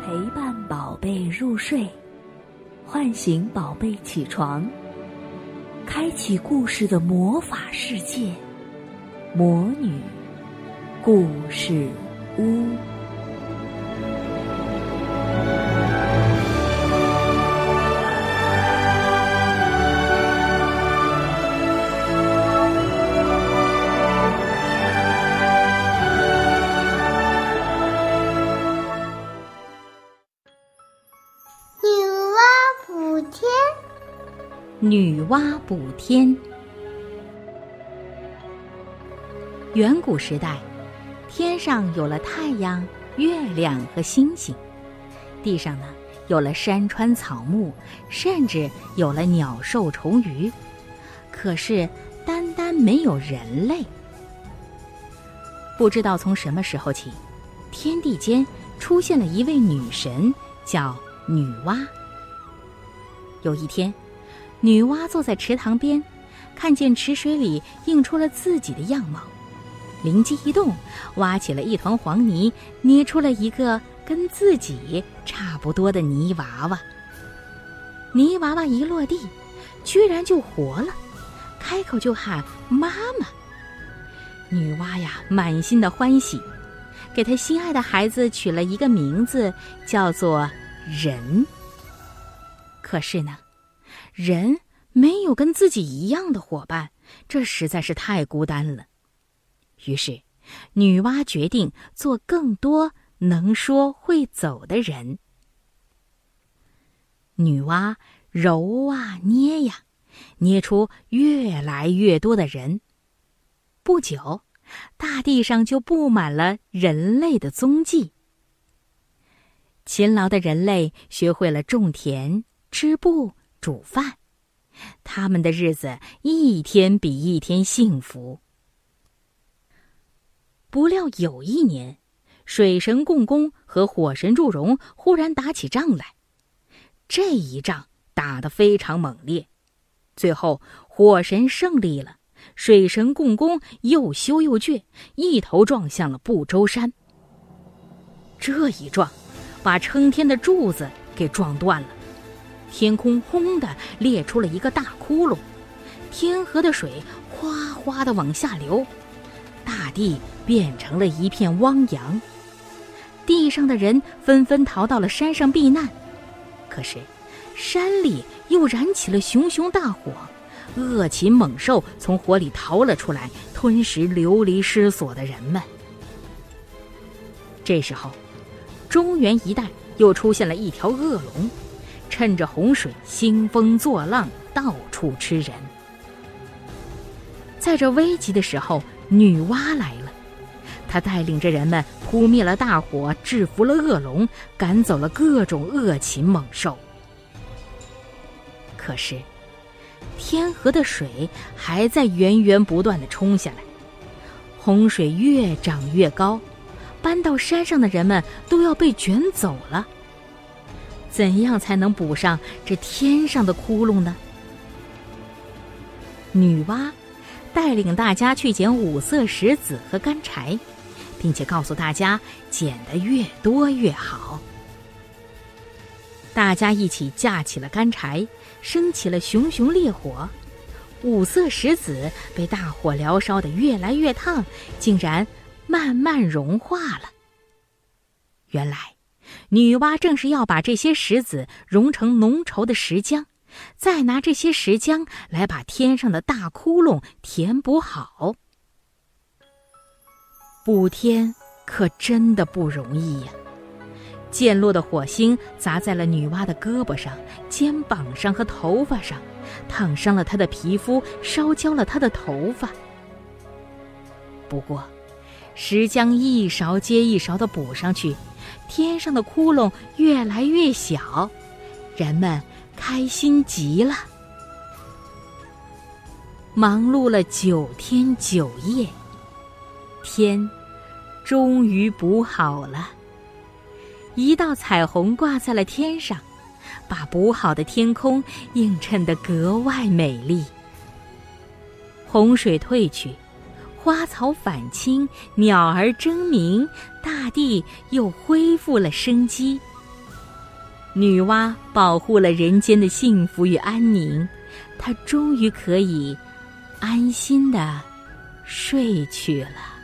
陪伴宝贝入睡，唤醒宝贝起床，开启故事的魔法世界——魔女故事屋。 女娲补天。远古时代，天上有了太阳、月亮和星星，地上呢有了山川草木，甚至有了鸟兽虫鱼，可是单单没有人类。不知道从什么时候起，天地间出现了一位女神，叫女娲。有一天，女娲坐在池塘边，看见池水里映出了自己的样貌，灵机一动，挖起了一团黄泥，捏出了一个跟自己差不多的泥娃娃。泥娃娃一落地，居然就活了，开口就喊妈妈。女娲呀，满心的欢喜，给她心爱的孩子取了一个名字，叫做人。可是呢，人没有跟自己一样的伙伴，这实在是太孤单了。于是，女娲决定做更多能说会走的人。女娲揉啊捏呀，捏出越来越多的人。不久，大地上就布满了人类的踪迹。勤劳的人类学会了种田、织布、煮饭，他们的日子一天比一天幸福。不料有一年，水神共工和火神祝融忽然打起仗来。这一仗打得非常猛烈，最后火神胜利了，水神共工又羞又倔，一头撞向了不周山。这一撞，把撑天的柱子给撞断了。天空轰地裂出了一个大窟窿，天河的水哗哗地往下流，大地变成了一片汪洋。地上的人纷纷逃到了山上避难，可是山里又燃起了熊熊大火，恶禽猛兽从火里逃了出来，吞食流离失所的人们。这时候，中原一带又出现了一条恶龙，趁着洪水兴风作浪，到处吃人。在这危急的时候，女娲来了，她带领着人们扑灭了大火，制服了恶龙，赶走了各种恶禽猛兽。可是天河的水还在源源不断地冲下来，洪水越涨越高，搬到山上的人们都要被卷走了。怎样才能补上这天上的窟窿呢？女娲带领大家去捡五色石子和干柴，并且告诉大家捡得越多越好。大家一起架起了干柴，升起了熊熊烈火，五色石子被大火燎烧得越来越烫，竟然慢慢融化了。原来女娲正是要把这些石子融成浓稠的石浆，再拿这些石浆来把天上的大窟窿填补好。补天可真的不容易呀！溅落的火星砸在了女娲的胳膊上、肩膀上和头发上，烫伤了她的皮肤，烧焦了她的头发。不过，石浆一勺接一勺地补上去，天上的窟窿越来越小，人们开心极了。忙碌了9天9夜，天终于补好了。一道彩虹挂在了天上，把补好的天空映衬得格外美丽。洪水退去，花草返青，鸟儿争鸣，大地又恢复了生机。 女娲保护了人间的幸福与安宁，她终于可以安心地睡去了。